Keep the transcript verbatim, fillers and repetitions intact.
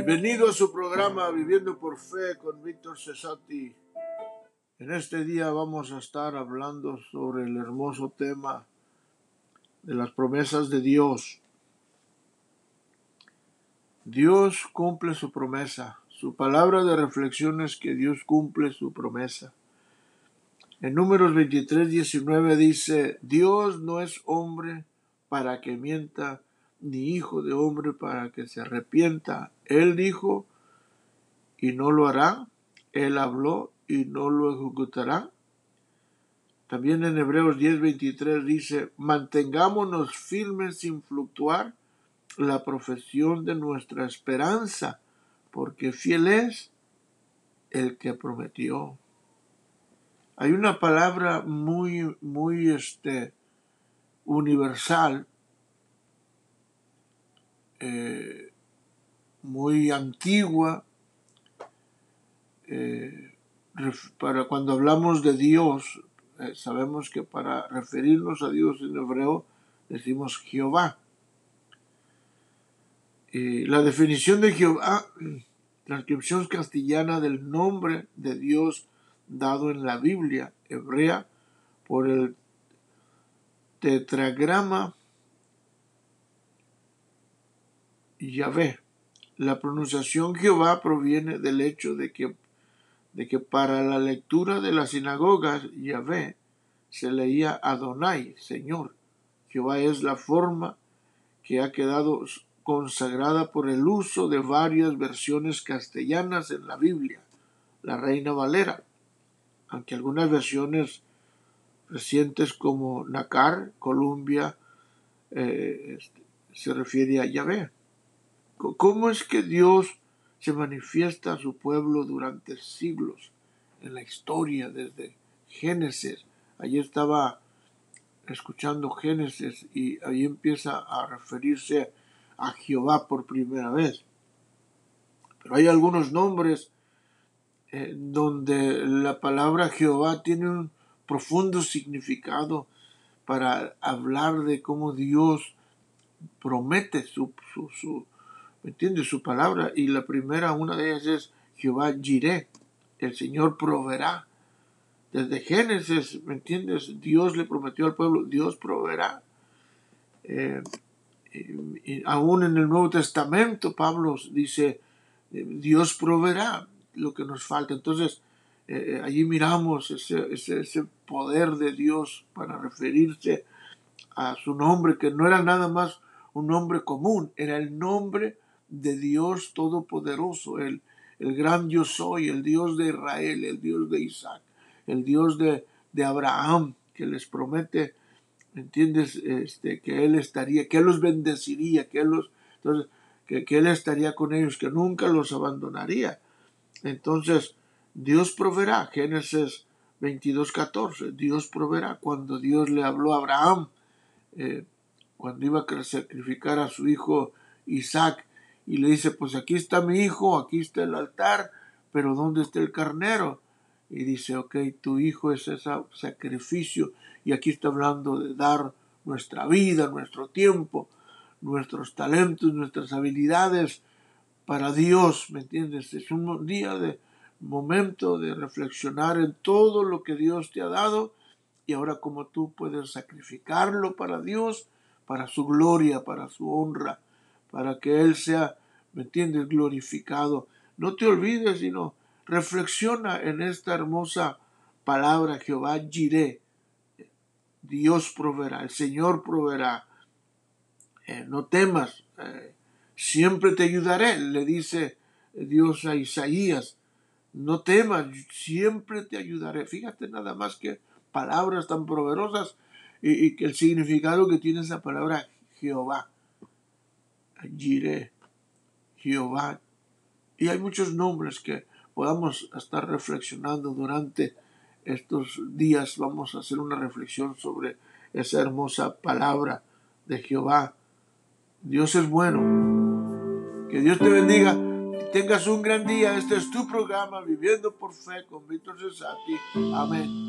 Bienvenido a su programa Viviendo por Fe con Víctor Cesati. En este día vamos a estar hablando sobre el hermoso tema de las promesas de Dios. Dios cumple su promesa. Su palabra de reflexión es que Dios cumple su promesa. En Números veintitrés, diecinueve dice: Dios no es hombre para que mienta, ni hijo de hombre para que se arrepienta. Él dijo y no lo hará. Él habló y no lo ejecutará. También en Hebreos diez, veintitrés dice: mantengámonos firmes sin fluctuar la profesión de nuestra esperanza, porque fiel es el que prometió. Hay una palabra muy, muy este, universal, eh, muy antigua, eh, para cuando hablamos de Dios, eh, sabemos que para referirnos a Dios en hebreo decimos Jehová. Y la definición de Jehová, transcripción castellana del nombre de Dios dado en la Biblia hebrea por el tetragrama Yahvé. La pronunciación Jehová proviene del hecho de que, de que para la lectura de las sinagogas Yahvé se leía Adonai, Señor. Jehová es la forma que ha quedado consagrada por el uso de varias versiones castellanas en la Biblia, la Reina Valera, aunque algunas versiones recientes como Nácar, Columbia, eh, este, se refiere a Yahvé. ¿Cómo es que Dios se manifiesta a su pueblo durante siglos en la historia desde Génesis? Allí estaba escuchando Génesis y ahí empieza a referirse a Jehová por primera vez. Pero hay algunos nombres eh, donde la palabra Jehová tiene un profundo significado para hablar de cómo Dios promete su, su, su ¿me entiendes? Su palabra. Y la primera, una de ellas es Jehová Jireh, el Señor proveerá. Desde Génesis, ¿me entiendes? Dios le prometió al pueblo, Dios proveerá. Eh, y, y aún en el Nuevo Testamento, Pablo dice, Dios proveerá lo que nos falta. Entonces, eh, allí miramos ese, ese, ese poder de Dios para referirse a su nombre, que no era nada más un nombre común, era el nombre de Dios Todopoderoso, el, el gran yo soy, el Dios de Israel, el Dios de Isaac, el Dios de, de Abraham, que les promete, ¿entiendes? Este, que Él estaría, que Él los bendeciría, que Él los, entonces, que, que Él estaría con ellos, que nunca los abandonaría. Entonces, Dios proveerá, Génesis veintidós, catorce, Dios proveerá. Cuando Dios le habló a Abraham, eh, cuando iba a sacrificar a su hijo Isaac, y le dice, pues aquí está mi hijo, aquí está el altar, pero ¿dónde está el carnero? Y dice, ok, tu hijo es ese sacrificio, y aquí está hablando de dar nuestra vida, nuestro tiempo, nuestros talentos, nuestras habilidades para Dios, ¿me entiendes? Es un día de momento de reflexionar en todo lo que Dios te ha dado, y ahora como tú puedes sacrificarlo para Dios, para su gloria, para su honra, para que Él sea, ¿me entiendes?, glorificado. No te olvides, sino reflexiona en esta hermosa palabra, Jehová Jireh. Dios proveerá, el Señor proveerá. Eh, no temas, eh, siempre te ayudaré, le dice Dios a Isaías. No temas, siempre te ayudaré. Fíjate nada más que palabras tan poderosas y, y que el significado que tiene esa palabra Jehová. Jireh, Jehová. Y hay muchos nombres que podamos estar reflexionando durante estos días. Vamos a hacer una reflexión sobre esa hermosa palabra de Jehová. Dios es bueno. Que Dios te bendiga. Que tengas un gran día. Este es tu programa Viviendo por Fe con Víctor Cesati. Amén.